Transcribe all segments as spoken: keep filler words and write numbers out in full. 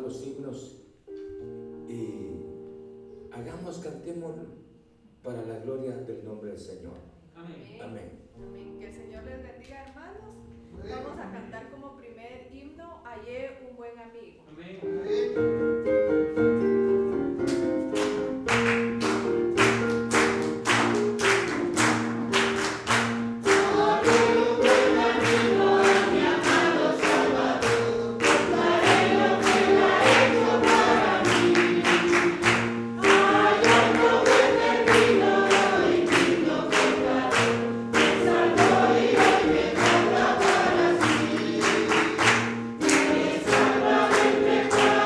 los himnos y hagamos, cantemos para la gloria del nombre del Señor. Amén. Amén. Amén. Que el Señor les bendiga, hermanos. Vamos a cantar como primer himno, Hallé un buen amigo. Amén. Salva del pecado.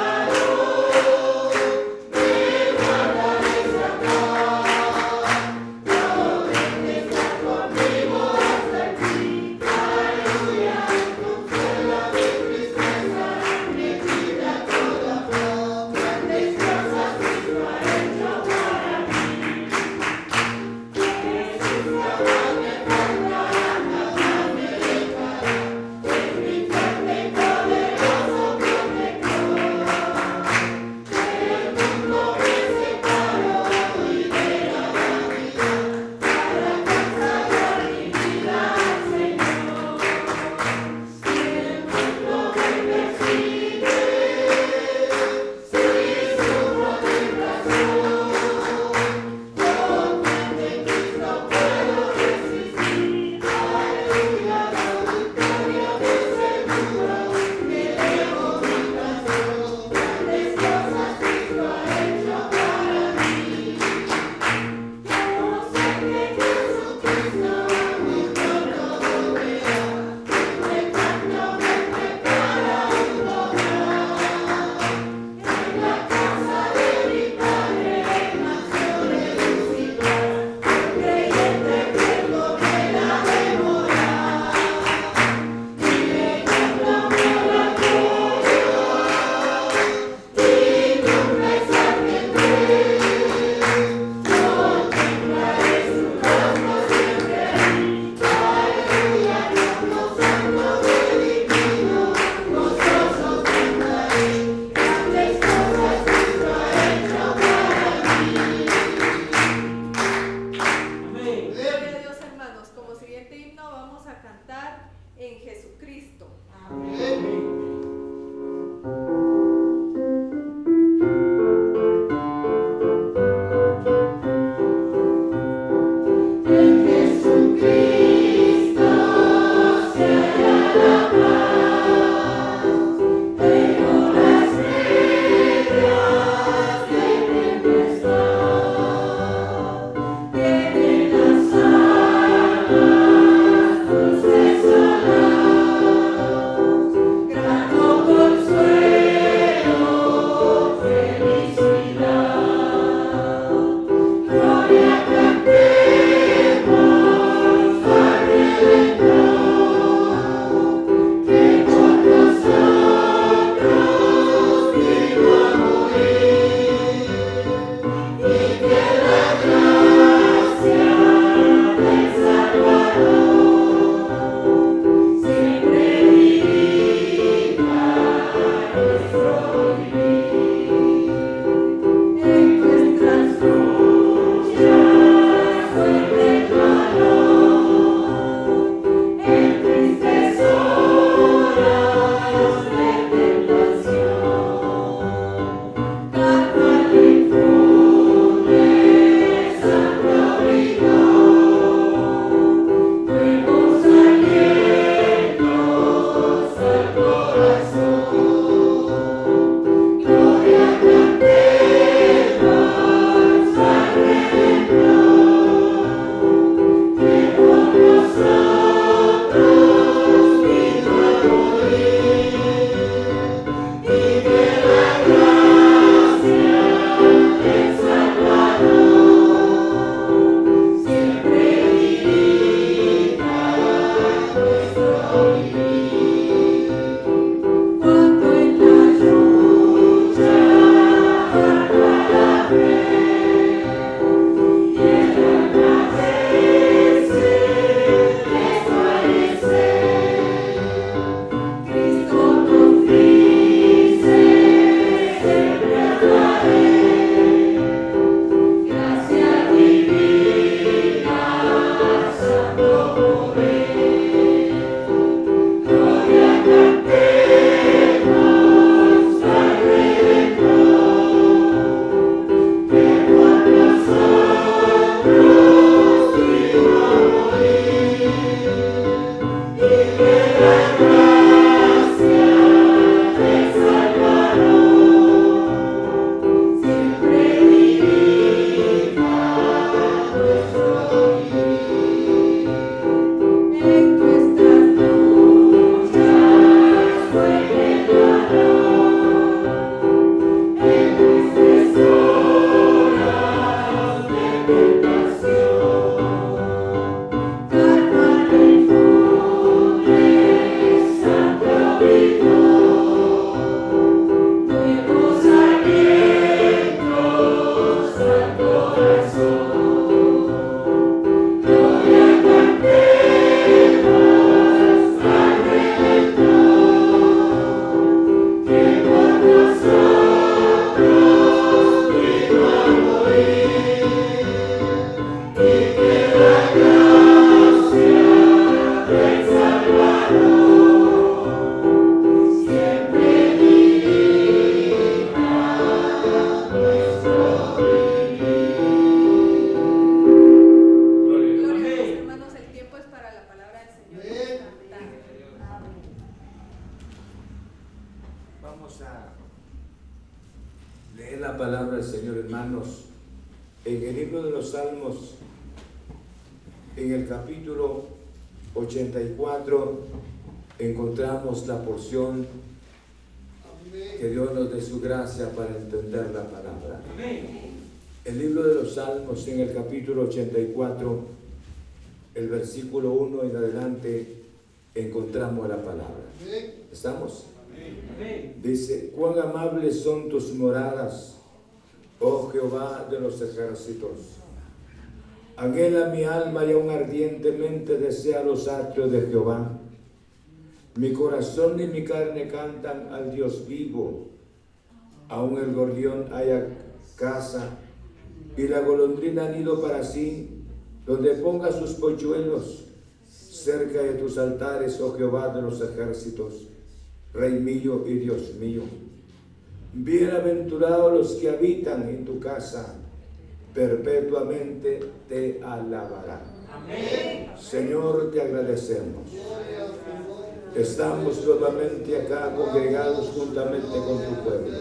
Lee la palabra del Señor, hermanos, en el libro de los Salmos, en el capítulo ochenta y cuatro, encontramos la porción que Dios nos dé su gracia para entender la palabra. El libro de los Salmos, en el capítulo ochenta y cuatro, el versículo uno en adelante, encontramos la palabra. ¿Estamos? Dice: cuán amables son tus moradas, oh Jehová de los ejércitos. Anhela mi alma y aún ardientemente desea los atrios de Jehová. Mi corazón y mi carne cantan al Dios vivo. Aún el gorrión haya casa y la golondrina nido para sí, donde ponga sus polluelos, cerca de tus altares, oh Jehová de los ejércitos, Rey mío y Dios mío. Bienaventurados los que habitan en tu casa, perpetuamente te alabarán. Amén. Señor, te agradecemos. Estamos nuevamente acá congregados juntamente con tu pueblo.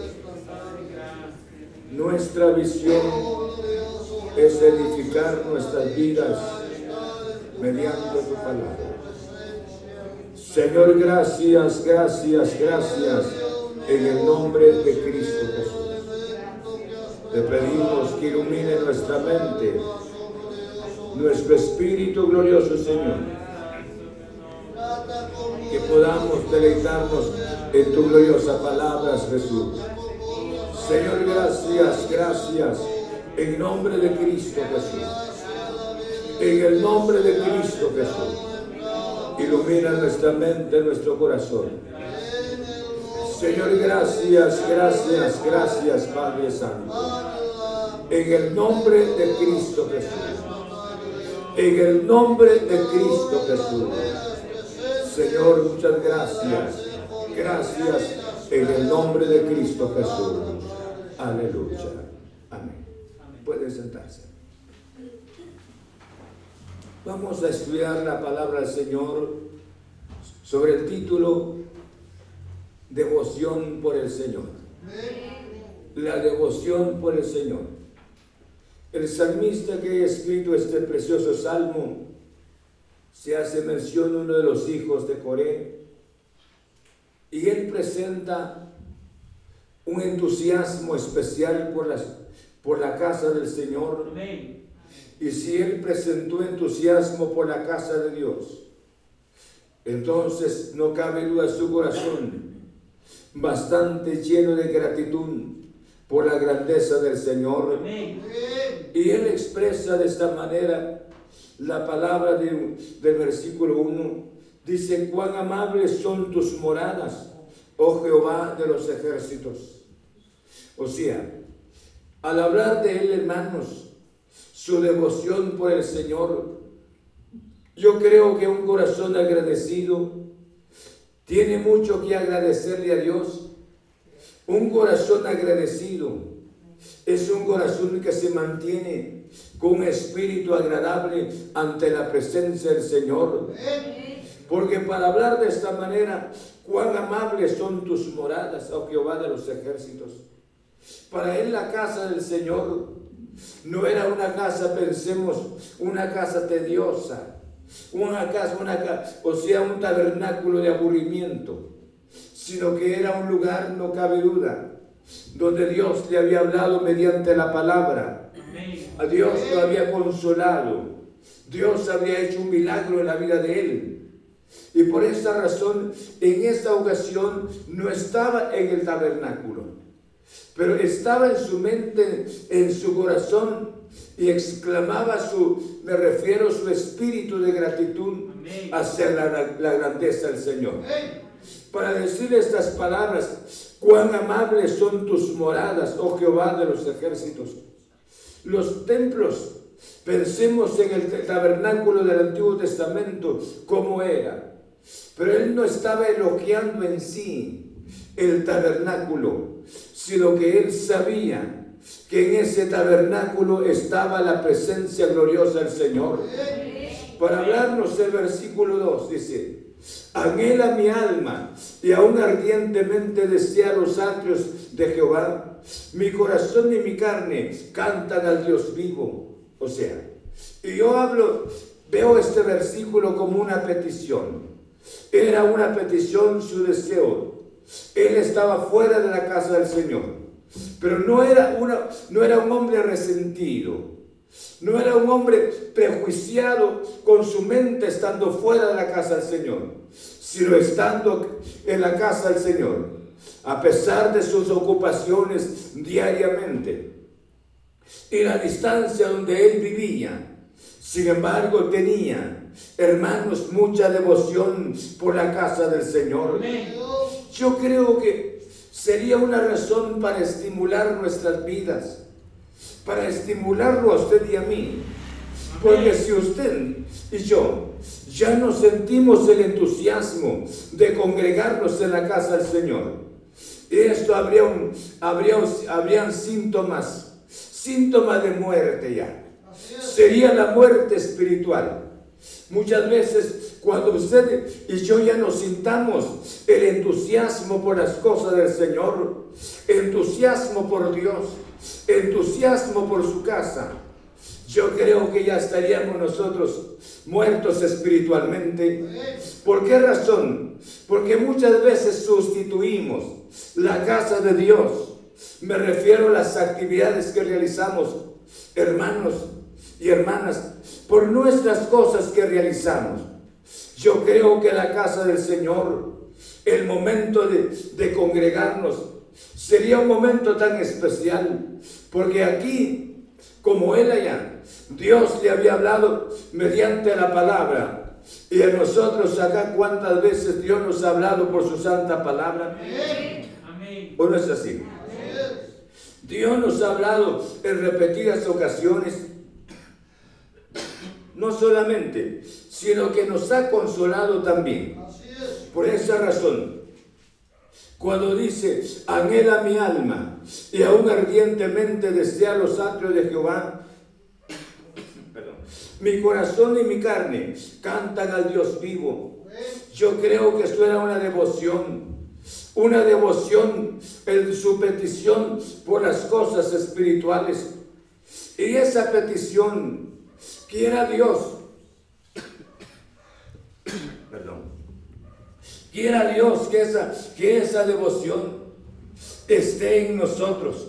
Nuestra visión es edificar nuestras vidas mediante tu palabra. Señor, gracias, gracias, gracias, en el nombre de Cristo Jesús. Te pedimos que ilumine nuestra mente, nuestro espíritu glorioso, Señor. Que podamos deleitarnos en tu gloriosa palabra, Jesús. Señor, gracias, gracias, en nombre de Cristo Jesús. En el nombre de Cristo Jesús. Ilumina nuestra mente, nuestro corazón. Señor, gracias, gracias, gracias, Padre Santo. En el nombre de Cristo Jesús. En el nombre de Cristo Jesús. Señor, muchas gracias. Gracias en el nombre de Cristo Jesús. Aleluya. Amén. Pueden sentarse. Vamos a estudiar la palabra del Señor sobre el título Devoción por el Señor. La devoción por el Señor. El salmista que ha escrito este precioso salmo se hace mención de uno de los hijos de Coré, y él presenta un entusiasmo especial por, las, por la casa del Señor. Amén. Y si él presentó entusiasmo por la casa de Dios, entonces no cabe duda en su corazón, bastante lleno de gratitud por la grandeza del Señor. Amén. Y él expresa de esta manera la palabra de, del versículo uno. Dice: cuán amables son tus moradas, oh Jehová de los ejércitos. O sea, al hablar de él, hermanos, su devoción por el Señor, yo creo que un corazón agradecido tiene mucho que agradecerle a Dios. Un corazón agradecido es un corazón que se mantiene con un espíritu agradable ante la presencia del Señor. Porque para hablar de esta manera, cuán amables son tus moradas, oh Jehová de los ejércitos. Para él la casa del Señor no era una casa, pensemos, una casa tediosa, una casa, una casa, o sea, un tabernáculo de aburrimiento, sino que era un lugar, no cabe duda, donde Dios le había hablado mediante la palabra. A Dios lo había consolado. Dios había hecho un milagro en la vida de él. Y por esa razón, en esta ocasión, no estaba en el tabernáculo, pero estaba en su mente, en su corazón, y exclamaba su, me refiero a su espíritu de gratitud hacia la, la grandeza del Señor. Para decir estas palabras: cuán amables son tus moradas, oh Jehová de los ejércitos. Los templos, pensemos en el tabernáculo del Antiguo Testamento, cómo era. Pero él no estaba elogiando en sí el tabernáculo, sino que él sabía que en ese tabernáculo estaba la presencia gloriosa del Señor. Para hablarnos el versículo dos dice: Anhela mi alma y aún ardientemente desea los atrios de Jehová. Mi corazón y mi carne cantan al Dios vivo. O sea, y yo hablo, veo este versículo como una petición. Era una petición su deseo. Él estaba fuera de la casa del Señor, pero no era, una, no era un hombre resentido. No era un hombre prejuiciado con su mente estando fuera de la casa del Señor, sino estando en la casa del Señor, a pesar de sus ocupaciones diariamente y la distancia donde él vivía. Sin embargo, tenía, hermanos, mucha devoción por la casa del Señor. Yo creo que sería una razón para estimular nuestras vidas, para estimularlo a usted y a mí. Porque si usted y yo ya no sentimos el entusiasmo de congregarnos en la casa del Señor, esto habría un, habría, habrían síntomas, síntomas de muerte ya. Sería la muerte espiritual. Muchas veces cuando usted y yo ya nos sintamos el entusiasmo por las cosas del Señor, entusiasmo por Dios, entusiasmo por su casa, yo creo que ya estaríamos nosotros muertos espiritualmente. ¿Por qué razón? Porque muchas veces sustituimos la casa de Dios. Me refiero a las actividades que realizamos, hermanos y hermanas, por nuestras cosas que realizamos. Yo creo que la casa del Señor, el momento de, de congregarnos, sería un momento tan especial, porque aquí, como él allá, Dios le había hablado mediante la palabra, y a nosotros acá, ¿cuántas veces Dios nos ha hablado por su santa palabra? Amén. ¿O no es así? Amén. Dios nos ha hablado en repetidas ocasiones, no solamente, sino que nos ha consolado también. Por esa razón, cuando dice, anhela mi alma y aún ardientemente desea los atrios de Jehová, perdón, mi corazón y mi carne cantan al Dios vivo. Yo creo que esto era una devoción, una devoción en su petición por las cosas espirituales. Y esa petición, quiera Dios, perdón, quiera Dios que esa, que esa devoción esté en nosotros.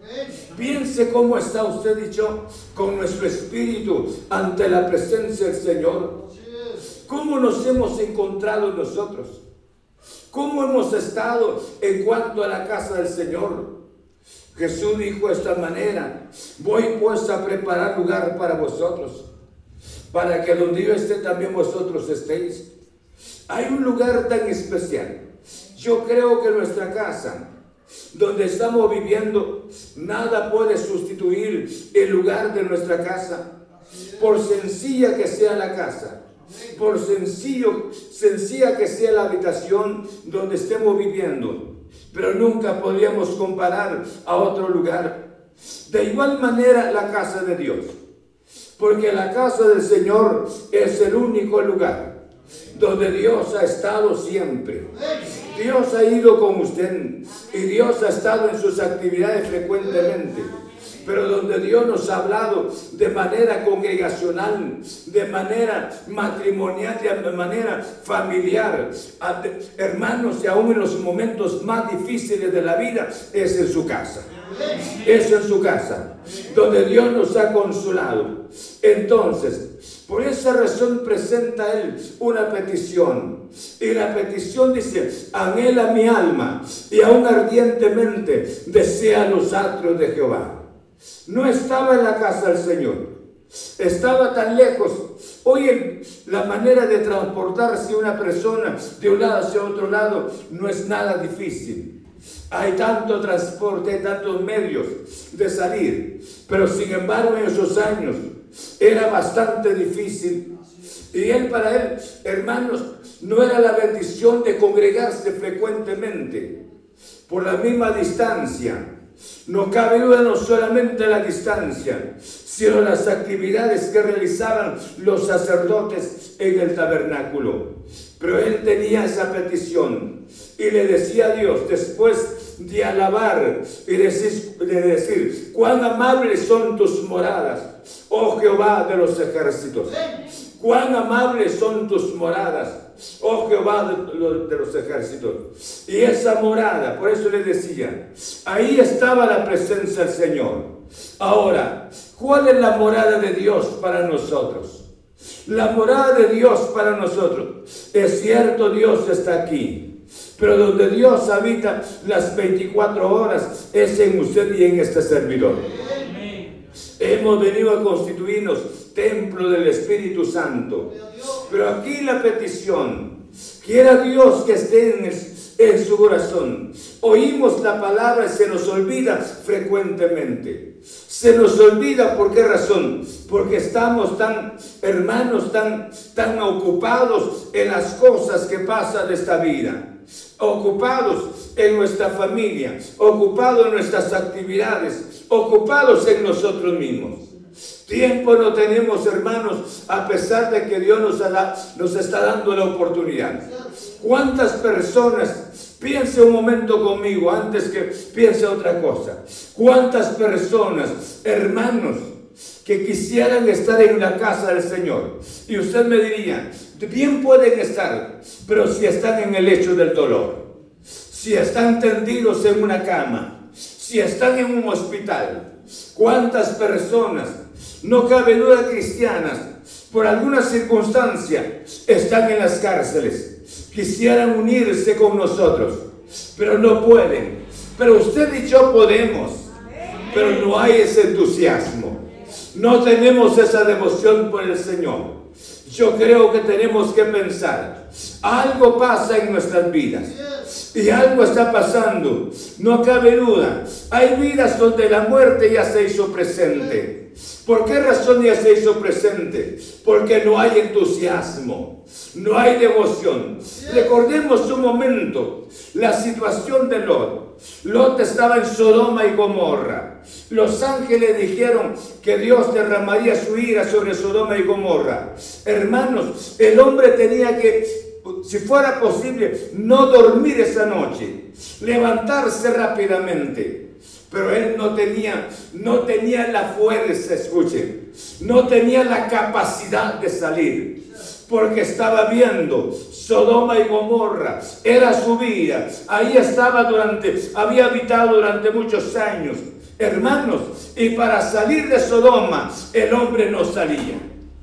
Piense cómo está usted y yo con nuestro espíritu ante la presencia del Señor. ¿Cómo nos hemos encontrado nosotros? ¿Cómo hemos estado en cuanto a la casa del Señor? Jesús dijo de esta manera, voy pues a preparar lugar para vosotros, para que donde yo esté también vosotros estéis. Hay un lugar tan especial. Yo creo que nuestra casa, donde estamos viviendo, nada puede sustituir el lugar de nuestra casa, por sencilla que sea la casa, por sencillo, sencilla que sea la habitación donde estemos viviendo, pero nunca podríamos comparar a otro lugar. De igual manera la casa de Dios, porque la casa del Señor es el único lugar donde Dios ha estado siempre. Dios ha ido con usted y Dios ha estado en sus actividades frecuentemente, pero donde Dios nos ha hablado de manera congregacional, de manera matrimonial, de manera familiar, hermanos, y aún en los momentos más difíciles de la vida, es en su casa. Es en su casa donde Dios nos ha consolado. Entonces, por esa razón presenta él una petición, y la petición dice, anhela mi alma y aún ardientemente desea los atrios de Jehová. No estaba en la casa del Señor, estaba tan lejos. Hoy la manera de transportarse una persona de un lado hacia otro lado no es nada difícil. Hay tanto transporte, hay tantos medios de salir, pero sin embargo en esos años era bastante difícil. Y él, para él, hermanos, no era la bendición de congregarse frecuentemente por la misma distancia. No cabe duda, no solamente la distancia, sino las actividades que realizaban los sacerdotes en el tabernáculo. Pero él tenía esa petición y le decía a Dios, después de alabar y decir, de decir cuán amables son tus moradas, oh Jehová de los ejércitos. Cuán amables son tus moradas, oh Jehová de los, de los ejércitos. Y esa morada, por eso le decía, ahí estaba la presencia del Señor. Ahora, ¿cuál es la morada de Dios para nosotros? La morada de Dios para nosotros, es cierto, Dios está aquí, pero donde Dios habita las veinticuatro horas es en usted y en este servidor. Hemos venido a constituirnos templo del Espíritu Santo. Pero aquí la petición, quiera Dios que esté en, el, en su corazón. Oímos la palabra y se nos olvida frecuentemente. Se nos olvida, ¿por qué razón? Porque estamos tan, hermanos, tan, tan ocupados en las cosas que pasan de esta vida. Ocupados en nuestra familia, ocupados en nuestras actividades, ocupados en nosotros mismos. Tiempo no tenemos, hermanos, a pesar de que Dios nos, ha, nos está dando la oportunidad. ¿Cuántas personas, piense un momento conmigo antes que piense otra cosa, cuántas personas, hermanos, que quisieran estar en la casa del Señor? Y usted me diría, bien pueden estar, pero si están en el lecho del dolor, si están tendidos en una cama, si están en un hospital, ¿cuántas personas, no cabe duda, cristianas, por alguna circunstancia están en las cárceles, quisieran unirse con nosotros, pero no pueden? Pero usted y yo podemos, pero no hay ese entusiasmo, no tenemos esa devoción por el Señor. Yo creo que tenemos que pensar, algo pasa en nuestras vidas y algo está pasando, no cabe duda. Hay vidas donde la muerte ya se hizo presente. ¿Por qué razón ya se hizo presente? Porque no hay entusiasmo, no hay devoción. Recordemos un momento la situación de Lot. Lot estaba en Sodoma y Gomorra. Los ángeles dijeron que Dios derramaría su ira sobre Sodoma y Gomorra. Hermanos, el hombre tenía que, si fuera posible, no dormir esa noche, levantarse rápidamente. Pero él no tenía, no tenía la fuerza, escuchen, no tenía la capacidad de salir, porque estaba viendo Sodoma y Gomorra, era su vida, ahí estaba durante, había habitado durante muchos años, hermanos, y para salir de Sodoma, el hombre no salía,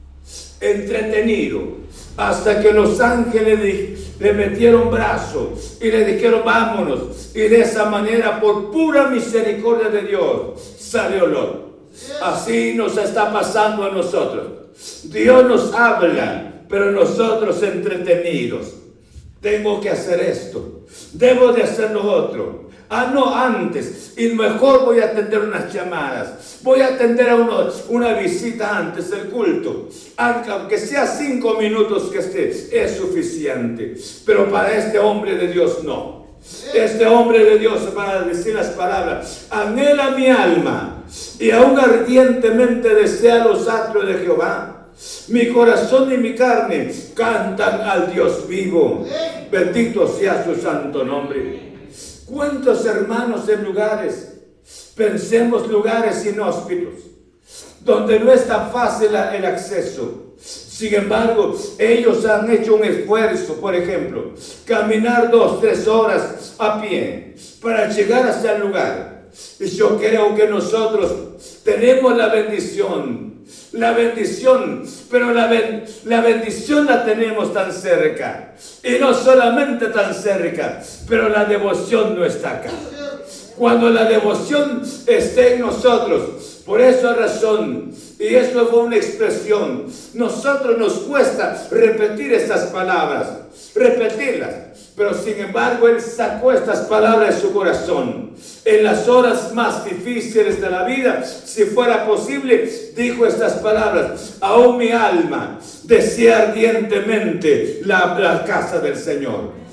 entretenido, hasta que los ángeles le metieron brazos y le dijeron vámonos, y de esa manera, por pura misericordia de Dios, salió Lot. Así nos está pasando a nosotros. Dios nos habla, pero nosotros entretenidos. Tengo que hacer esto, debo de hacer lo otro. Ah, no, antes, y mejor voy a atender unas llamadas, voy a atender a uno, una visita antes del culto, aunque sea cinco minutos que esté, es suficiente. Pero para este hombre de Dios no. Este hombre de Dios, para decir las palabras, anhela mi alma y aún ardientemente desea los atrios de Jehová. Mi corazón y mi carne cantan al Dios vivo. Bendito sea su santo nombre. ¿Cuántos hermanos en lugares, pensemos lugares inhóspitos, donde no es tan fácil el acceso? Sin embargo, ellos han hecho un esfuerzo, por ejemplo, caminar dos, tres horas a pie para llegar hasta el lugar. Y yo creo que nosotros tenemos la bendición, la bendición, pero la, ben, la bendición la tenemos tan cerca. Y no solamente tan cerca, pero la devoción no está acá. Cuando la devoción esté en nosotros, por esa razón, y eso fue una expresión, nosotros nos cuesta repetir estas palabras, repetirlas, pero sin embargo Él sacó estas palabras de su corazón. En las horas más difíciles de la vida, si fuera posible, dijo estas palabras: aún mi alma desea ardientemente la, la casa del Señor.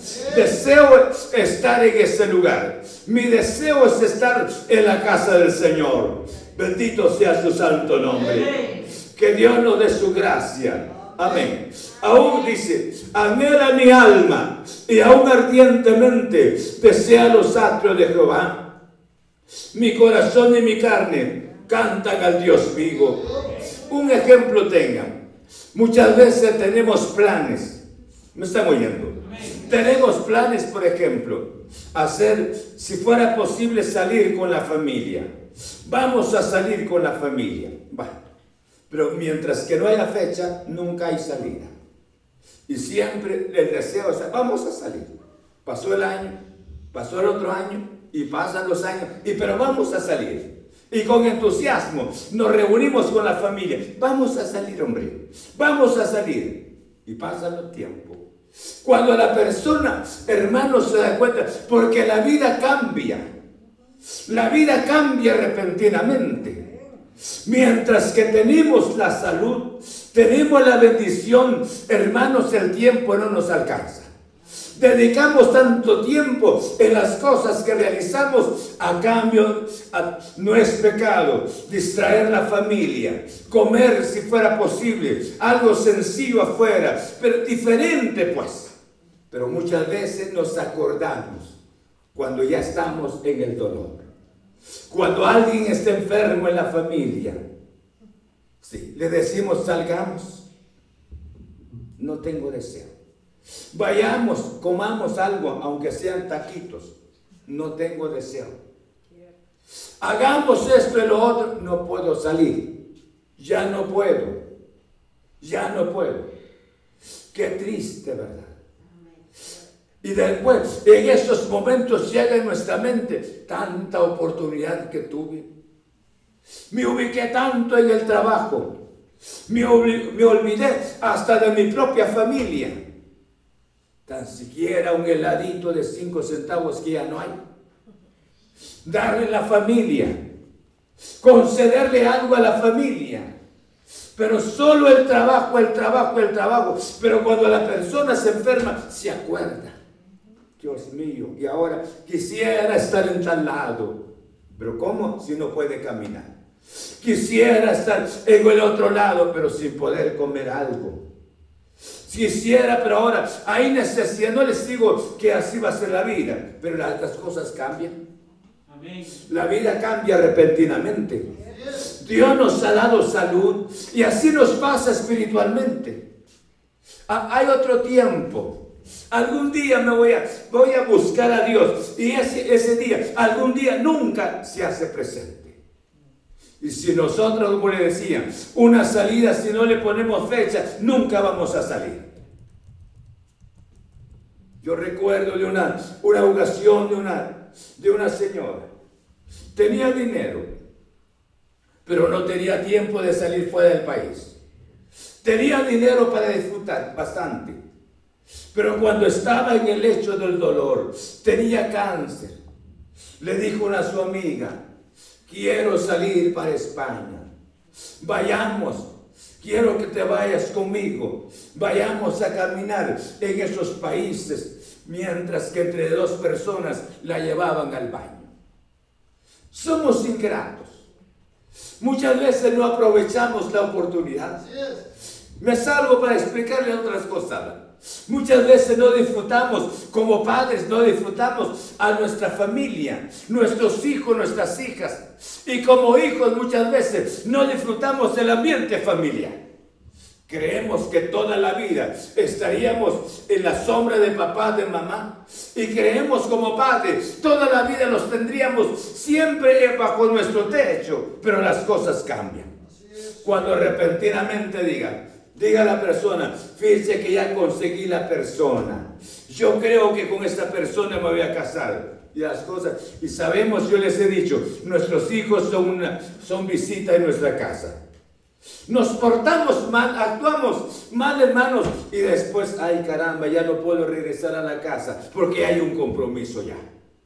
Deseo estar en ese lugar. Mi deseo es estar en la casa del Señor. Bendito sea su santo nombre. Que Dios nos dé su gracia. Amén. Aún dice, anhela mi alma y aún ardientemente desea los atrios de Jehová. Mi corazón y mi carne cantan al Dios vivo. Un ejemplo tengan. Muchas veces tenemos planes. ¿Me están oyendo? Tenemos planes, por ejemplo, hacer, si fuera posible, salir con la familia. Vamos a salir con la familia. Va. Pero mientras que no haya fecha, nunca hay salida. Y siempre el deseo es, vamos a salir. Pasó el año, pasó el otro año, y pasan los años, y pero vamos a salir. Y con entusiasmo nos reunimos con la familia. Vamos a salir, hombre. Vamos a salir. Y pasan los tiempos. Cuando la persona, hermano, se da cuenta, porque la vida cambia. La vida cambia repentinamente. Mientras que tenemos la salud, tenemos la bendición, hermanos, el tiempo no nos alcanza. Dedicamos tanto tiempo en las cosas que realizamos, a cambio a, no es pecado distraer la familia, comer si fuera posible, algo sencillo afuera, pero diferente pues. Pero muchas veces nos acordamos cuando ya estamos en el dolor. Cuando alguien está enfermo en la familia, sí, le decimos salgamos, no tengo deseo. Vayamos, comamos algo, aunque sean taquitos, no tengo deseo. Hagamos esto y lo otro, no puedo salir, ya no puedo, ya no puedo. Qué triste, ¿verdad? Y después, en esos momentos llega en nuestra mente tanta oportunidad que tuve. Me ubiqué tanto en el trabajo. Me, me olvidé hasta de mi propia familia. Tan siquiera un heladito de cinco centavos que ya no hay. Darle a la familia. Concederle algo a la familia. Pero solo el trabajo, el trabajo, el trabajo. Pero cuando la persona se enferma, se acuerda. Dios mío, y ahora quisiera estar en tal lado. Pero ¿cómo? Si no puede caminar. Quisiera estar en el otro lado, pero sin poder comer algo. Quisiera, pero ahora hay necesidad. No les digo que así va a ser la vida, pero las, las cosas cambian. Amén. La vida cambia repentinamente. Dios nos ha dado salud y así nos pasa espiritualmente. Ah, hay otro tiempo. Algún día me voy a, voy a buscar a Dios y ese, ese día, algún día nunca se hace presente. Y si nosotros, como le decía, una salida, si no le ponemos fecha, nunca vamos a salir. Yo recuerdo de una, una ocasión de una, de una señora. Tenía dinero, pero no tenía tiempo de salir fuera del país. Tenía dinero para disfrutar bastante. Pero cuando estaba en el lecho del dolor, tenía cáncer. Le dijo a su amiga, quiero salir para España. Vayamos, quiero que te vayas conmigo. Vayamos a caminar en esos países, mientras que entre dos personas la llevaban al baño. Somos ingratos. Muchas veces no aprovechamos la oportunidad. Me salgo para explicarle otras cosas. Muchas veces no disfrutamos, como padres, no disfrutamos a nuestra familia, nuestros hijos, nuestras hijas. Y como hijos muchas veces no disfrutamos el ambiente familiar. Creemos que toda la vida estaríamos en la sombra de papá, de mamá. Y creemos como padres, toda la vida los tendríamos siempre bajo nuestro techo. Pero las cosas cambian. Cuando repentinamente digan, diga a la persona, fíjese que ya conseguí la persona. Yo creo que con esta persona me voy a casar. Y las cosas, y sabemos, yo les he dicho, nuestros hijos son, una, son visita en nuestra casa. Nos portamos mal, actuamos mal, hermanos, y después, ay caramba, ya no puedo regresar a la casa porque hay un compromiso ya.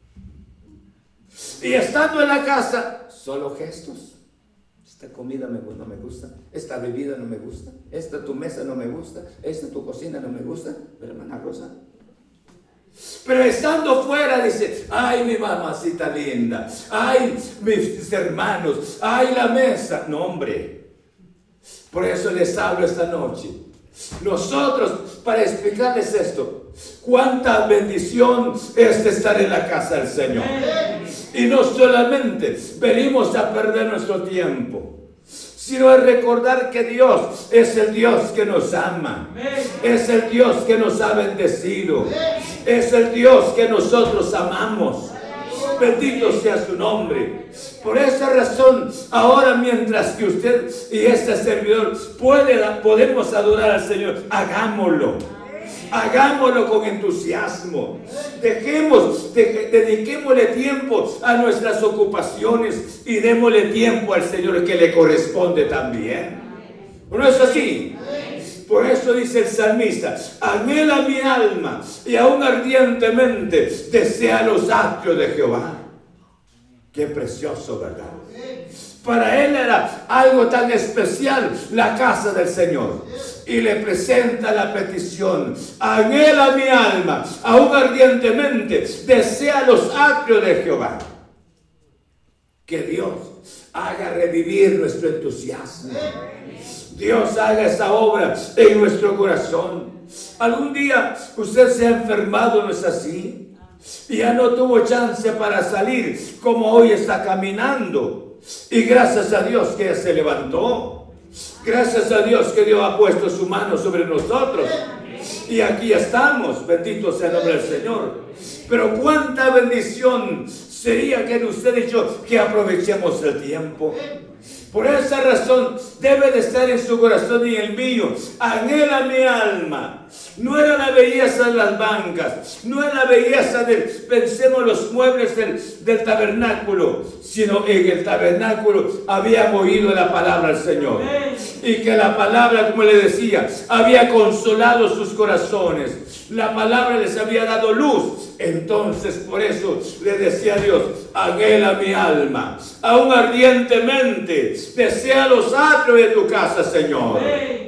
Y estando en la casa, solo gestos. Esta comida me, no me gusta, esta bebida no me gusta, esta tu mesa no me gusta, esta tu cocina no me gusta, pero hermana Rosa. Pero estando fuera dice, ay, mi mamacita linda, ay, mis hermanos, ay, la mesa. No, hombre. Por eso les hablo esta noche. Nosotros, para explicarles esto, cuánta bendición es de estar en la casa del Señor. Y no solamente venimos a perder nuestro tiempo, sino a recordar que Dios es el Dios que nos ama, es el Dios que nos ha bendecido, es el Dios que nosotros amamos. Bendito sea su nombre. Por esa razón, ahora mientras que usted y este servidor puede, podemos adorar al Señor, hagámoslo. Hagámoslo con entusiasmo. Dejemos, de, dediquémosle tiempo a nuestras ocupaciones y démosle tiempo al Señor que le corresponde también. ¿No es así? Por eso dice el salmista, anhela mi alma y aún ardientemente desea los atrios de Jehová. Qué precioso, ¿verdad? Para él era algo tan especial la casa del Señor. Y le presenta la petición, anhela mi alma, aún ardientemente desea los atrios de Jehová. Que Dios haga revivir nuestro entusiasmo. Dios haga esa obra en nuestro corazón. Algún día usted se ha enfermado, ¿no es así? Y ya no tuvo chance para salir, como hoy está caminando. Y gracias a Dios que se levantó. Gracias a Dios que Dios ha puesto su mano sobre nosotros. Y aquí estamos, bendito sea el nombre del Señor. Pero cuánta bendición sería que usted y yo que aprovechemos el tiempo. Por esa razón debe de estar en su corazón y el mío. Anhela mi alma. No era la belleza de las bancas, no era la belleza del, pensemos los muebles del, del tabernáculo, sino en el tabernáculo habían oído la palabra del Señor. Y que la palabra, como le decía, había consolado sus corazones. La palabra les había dado luz. Entonces por eso le decía a Dios, anhela mi alma, aún ardientemente desea los atrios de tu casa, Señor.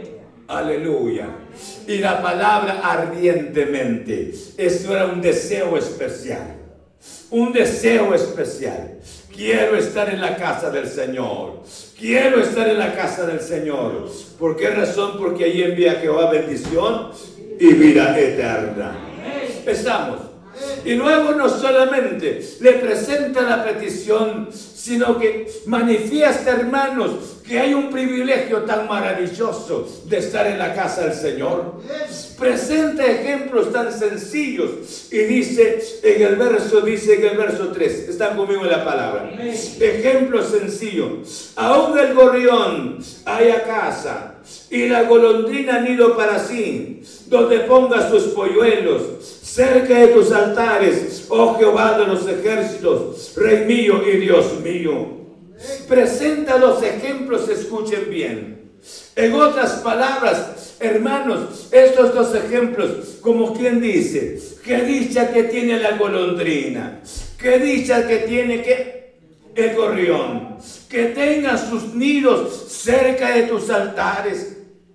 Aleluya. Y la palabra ardientemente, eso era un deseo especial. Un deseo especial. Quiero estar en la casa del Señor. Quiero estar en la casa del Señor. ¿Por qué razón? Porque ahí envía Jehová bendición y vida eterna. Estamos. Y luego no solamente le presenta la petición, sino que manifiesta, hermanos, que hay un privilegio tan maravilloso de estar en la casa del Señor. Presenta ejemplos tan sencillos y dice en el verso, dice en el verso tres, están conmigo en la palabra. Ejemplo sencillo. Aún el gorrión haya casa y la golondrina nido para sí, donde ponga sus polluelos. Cerca de tus altares, oh Jehová de los ejércitos, Rey mío y Dios mío. Presenta los ejemplos, escuchen bien. En otras palabras, hermanos, estos dos ejemplos, como quien dice, qué dicha que tiene la golondrina, qué dicha que tiene que el gorrión, que tenga sus nidos cerca de tus altares.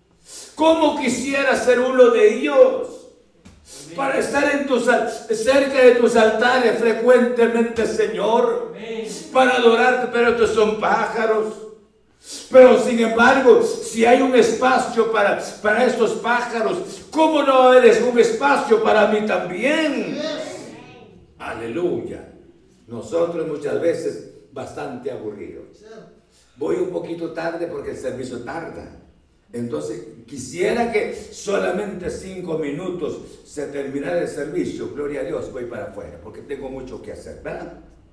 ¿Cómo quisiera ser uno de ellos? Para estar en tus, cerca de tus altares frecuentemente, Señor, para adorarte, pero estos son pájaros. Pero sin embargo, si hay un espacio para, para estos pájaros, ¿cómo no eres un espacio para mí también? Aleluya. Nosotros muchas veces bastante aburridos. Voy un poquito tarde porque el servicio tarda. Entonces, quisiera que solamente cinco minutos se terminara el servicio. Gloria a Dios, voy para afuera, porque tengo mucho que hacer, ¿verdad?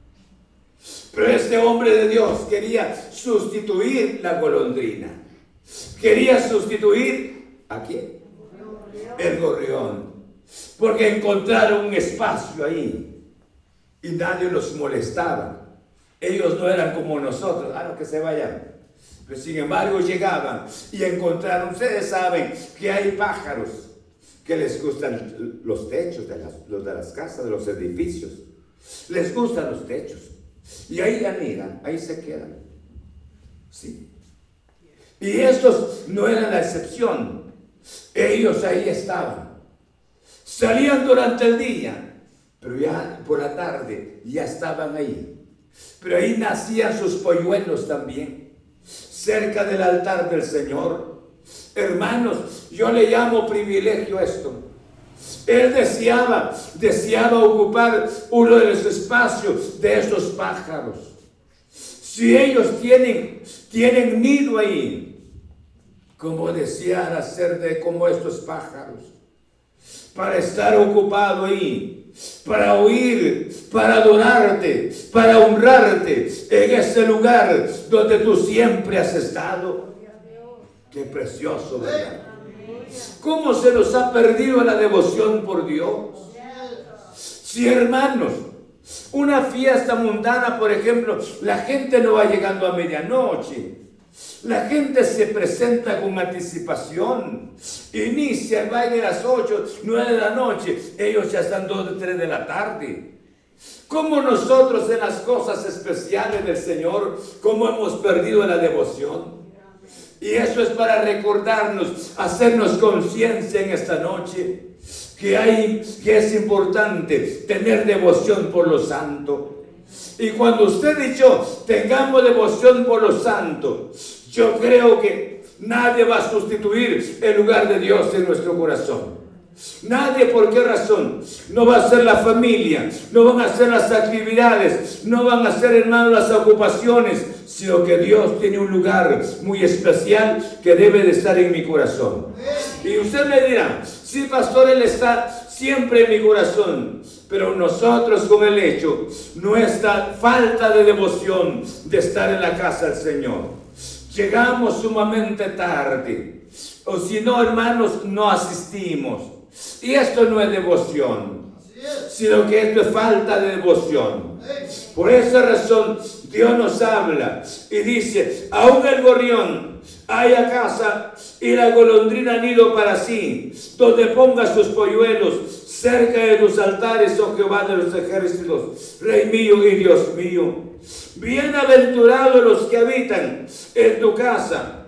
Pero este hombre de Dios quería sustituir la golondrina. Quería sustituir, ¿a quién? El gorrión. Porque encontraron un espacio ahí y nadie los molestaba. Ellos no eran como nosotros. Ah, no, que se vayan. Pero sin embargo llegaban y encontraron, ustedes saben que hay pájaros que les gustan los techos de las, los de las casas, de los edificios. Les gustan los techos. Y ahí anidan, ahí se quedan. Sí. Y estos no eran la excepción. Ellos ahí estaban. Salían durante el día pero ya por la tarde ya estaban ahí. Pero ahí nacían sus polluelos también, cerca del altar del Señor. Hermanos, yo le llamo privilegio esto. Él deseaba, deseaba ocupar uno de los espacios de esos pájaros. Si ellos tienen, tienen nido ahí, como desear hacer de como estos pájaros, para estar ocupado ahí, para oír, para adorarte, para honrarte en ese lugar donde tú siempre has estado. Qué precioso, ¿verdad? ¿Cómo se nos ha perdido la devoción por Dios? Sí, hermanos, una fiesta mundana, por ejemplo, la gente no va llegando a medianoche. La gente se presenta con anticipación. Inicia el baile a las ocho, nueve de la noche. Ellos ya están dos o tres de la tarde. Como nosotros en las cosas especiales del Señor, cómo hemos perdido la devoción. Y eso es para recordarnos, hacernos conciencia en esta noche, que, hay, que es importante tener devoción por lo santo. Y cuando usted y yo tengamos devoción por lo santo, yo creo que nadie va a sustituir el lugar de Dios en nuestro corazón. Nadie. ¿Por qué razón? No va a ser la familia, no van a ser las actividades, no van a ser, hermanos, las ocupaciones, sino que Dios tiene un lugar muy especial que debe de estar en mi corazón. Y usted me dirá, sí, pastor, Él está siempre en mi corazón. Pero nosotros, con el hecho, nuestra falta de devoción de estar en la casa del Señor, llegamos sumamente tarde, o si no, hermanos, no asistimos. Y esto no es devoción, sino que esto es falta de devoción. Por esa razón Dios nos habla y dice: aún el gorrión haya casa y la golondrina nido para sí, donde ponga sus polluelos, cerca de tus altares, oh Jehová de los ejércitos, Rey mío y Dios mío. Bienaventurados los que habitan en tu casa,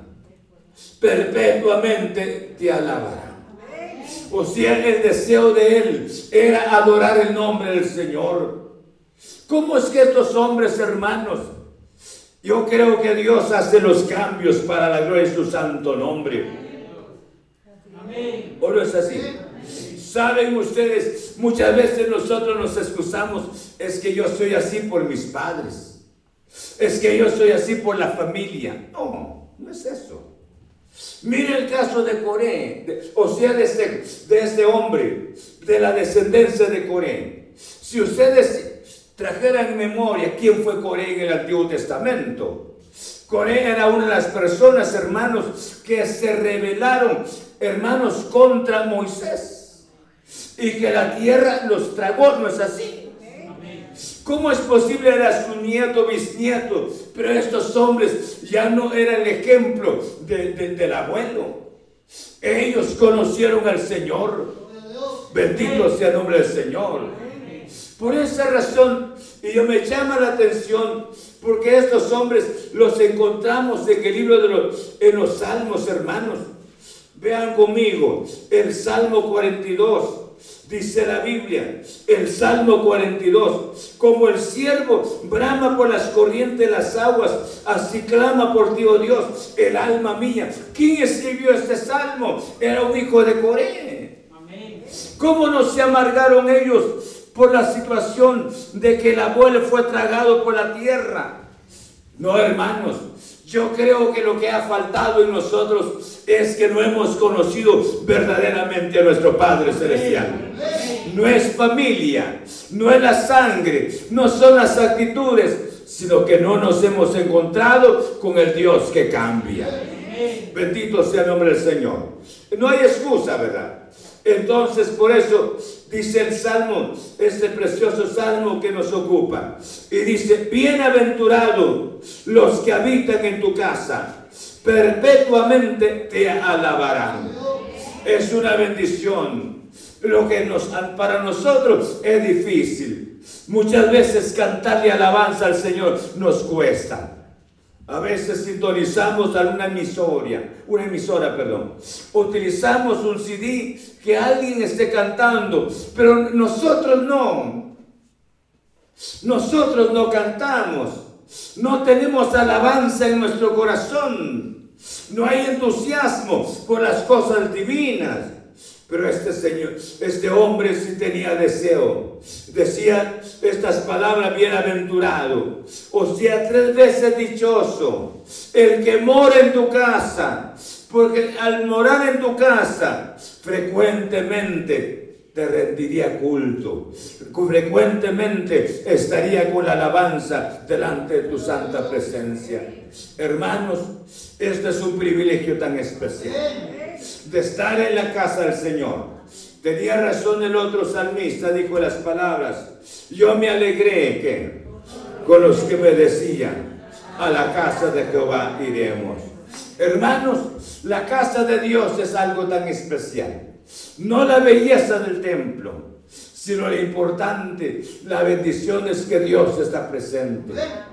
perpetuamente te alabarán. O sea, el deseo de él era adorar el nombre del Señor. ¿Cómo es que estos hombres, hermanos? Yo creo que Dios hace los cambios para la gloria de su santo nombre. ¿O no es así? Saben ustedes, muchas veces nosotros nos excusamos: es que yo soy así por mis padres, es que yo soy así por la familia. No, no es eso. Mire el caso de Coré, de, o sea, de este, de este hombre, de la descendencia de Coré. Si ustedes trajeran en memoria quién fue Coré en el Antiguo Testamento, Coré era una de las personas, hermanos, que se rebelaron, hermanos, contra Moisés, y que la tierra los tragó. ¿No es así? ¿Cómo es posible? Era su nieto, bisnieto, pero estos hombres ya no eran el ejemplo de, de, del abuelo. Ellos conocieron al Señor. Bendito sea el nombre del Señor. Por esa razón, y yo me llama la atención, porque estos hombres los encontramos en el libro de los, en los Salmos, hermanos. Vean conmigo, el Salmo cuarenta y dos. Dice la Biblia, el Salmo cuarenta y dos: como el ciervo brama por las corrientes de las aguas, así clama por ti, oh Dios, el alma mía. ¿Quién escribió este salmo? Era un hijo de Coré. Amén. ¿Cómo no se amargaron ellos por la situación de que el abuelo fue tragado por la tierra? No, hermanos, yo creo que lo que ha faltado en nosotros es que no hemos conocido verdaderamente a nuestro Padre Celestial. No es familia, no es la sangre, no son las actitudes, sino que no nos hemos encontrado con el Dios que cambia. Bendito sea el nombre del Señor. No hay excusa, ¿verdad? Entonces, por eso dice el Salmo, este precioso Salmo que nos ocupa, y dice: bienaventurados los que habitan en tu casa, perpetuamente te alabarán. Es una bendición. Lo que nos, para nosotros es difícil. Muchas veces cantarle alabanza al Señor nos cuesta. A veces sintonizamos a una emisora, una emisora, perdón. Utilizamos un C D que alguien esté cantando, pero nosotros no. Nosotros no cantamos, no tenemos alabanza en nuestro corazón, no hay entusiasmo por las cosas divinas. Pero este señor, este hombre sí tenía deseo. Decía estas palabras: bienaventurado, o sea, tres veces dichoso, el que mora en tu casa, porque al morar en tu casa, frecuentemente te rendiría culto, frecuentemente estaría con la alabanza delante de tu santa presencia. Hermanos, este es un privilegio tan especial, de estar en la casa del Señor. Tenía razón el otro salmista, dijo las palabras: yo me alegré que con los que me decían, a la casa de Jehová iremos. Hermanos, la casa de Dios es algo tan especial. No la belleza del templo, sino lo importante, la bendición es que Dios está presente.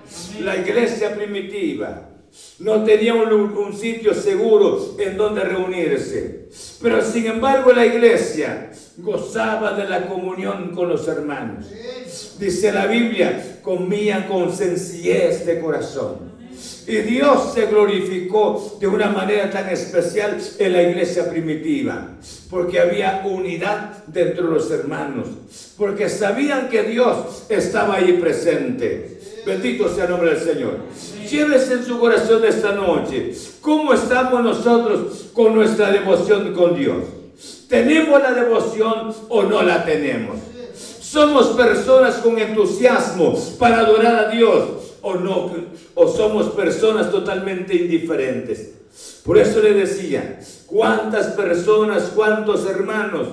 La iglesia primitiva no tenía un, un sitio seguro en donde reunirse, pero sin embargo la iglesia gozaba de la comunión con los hermanos. Dice la Biblia: comían con sencillez de corazón. Y Dios se glorificó de una manera tan especial en la iglesia primitiva, porque había unidad dentro de los hermanos, porque sabían que Dios estaba ahí presente. Bendito sea el nombre del Señor. Llévese en su corazón esta noche: ¿cómo estamos nosotros con nuestra devoción con Dios? ¿Tenemos la devoción o no la tenemos? ¿Somos personas con entusiasmo para adorar a Dios o no? ¿O somos personas totalmente indiferentes? Por eso le decía: ¿cuántas personas, cuántos hermanos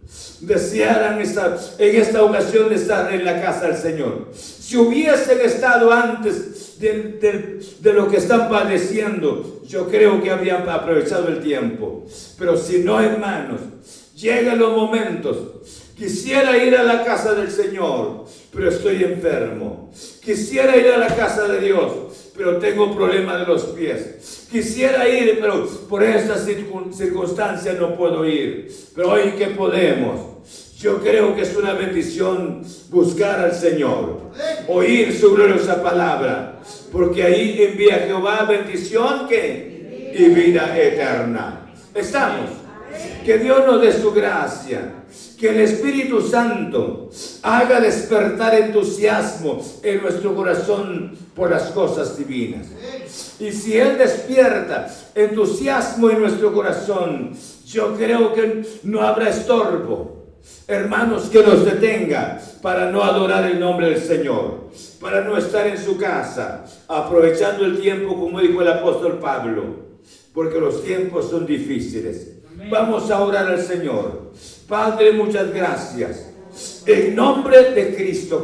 desearan esta, en esta ocasión de estar en la casa del Señor? Si hubiesen estado antes de, de, de lo que están padeciendo, yo creo que habrían aprovechado el tiempo. Pero si no, hermanos, llegan los momentos. Quisiera ir a la casa del Señor, pero estoy enfermo. Quisiera ir a la casa de Dios, pero tengo problemas de los pies. Quisiera ir, pero por esta circunstancia no puedo ir. Pero hoy que podemos, yo creo que es una bendición buscar al Señor, oír su gloriosa palabra, porque ahí envía Jehová bendición que y vida eterna. Estamos. Que Dios nos dé su gracia. Que el Espíritu Santo haga despertar entusiasmo en nuestro corazón por las cosas divinas. Y si Él despierta entusiasmo en nuestro corazón, yo creo que no habrá estorbo, hermanos, que nos detenga para no adorar el nombre del Señor, para no estar en su casa, aprovechando el tiempo, como dijo el apóstol Pablo, porque los tiempos son difíciles. Vamos a orar al Señor. Padre, muchas gracias en nombre de Cristo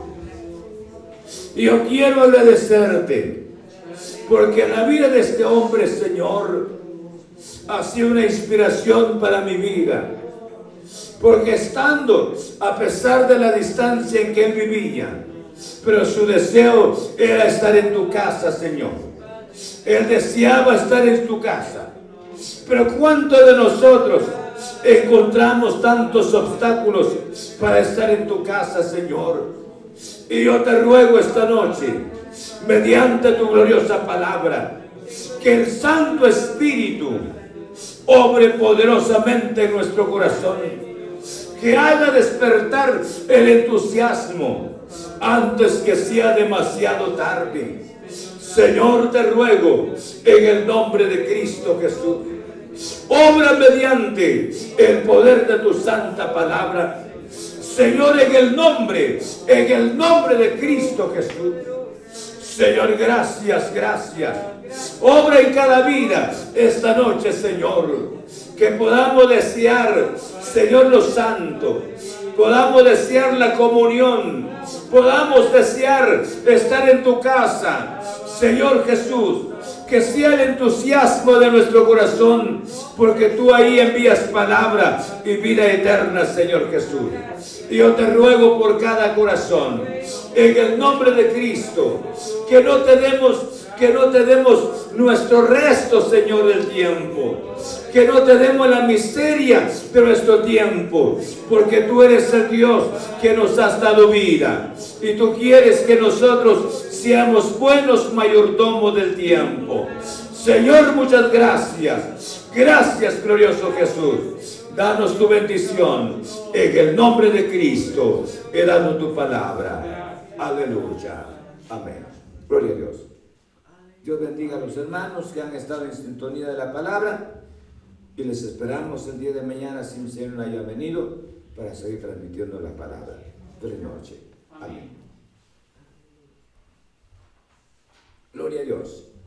Jesús. Y yo quiero agradecerte porque la vida de este hombre, Señor, ha sido una inspiración para mi vida. Porque estando, a pesar de la distancia en que él vivía, pero su deseo era estar en tu casa, Señor. Él deseaba estar en tu casa. Pero ¿cuántos de nosotros encontramos tantos obstáculos para estar en tu casa, Señor? Y yo te ruego esta noche, mediante tu gloriosa palabra, que el Santo Espíritu obre poderosamente en nuestro corazón, que haga despertar el entusiasmo antes que sea demasiado tarde. Señor, te ruego en el nombre de Cristo Jesús, obra mediante el poder de tu santa palabra. Señor, en el nombre, en el nombre de Cristo Jesús. Señor, gracias, gracias. Obra en cada vida esta noche, Señor. Que podamos desear, Señor, lo santo. Podamos desear la comunión. Podamos desear estar en tu casa, Señor Jesús. Que sea el entusiasmo de nuestro corazón, porque tú ahí envías palabra y vida eterna, Señor Jesús. Y yo te ruego por cada corazón, en el nombre de Cristo, que no tenemos Que no te demos nuestro resto, Señor, del tiempo. Que no te demos la miseria de nuestro tiempo. Porque tú eres el Dios que nos has dado vida. Y tú quieres que nosotros seamos buenos mayordomos del tiempo. Señor, muchas gracias. Gracias, glorioso Jesús. Danos tu bendición. En el nombre de Cristo, he dado tu palabra. Aleluya. Amén. Gloria a Dios. Dios bendiga a los hermanos que han estado en sintonía de la palabra. Y les esperamos el día de mañana, si el Señor no haya venido, para seguir transmitiendo la palabra. Feliz noche. Amén. Gloria a Dios.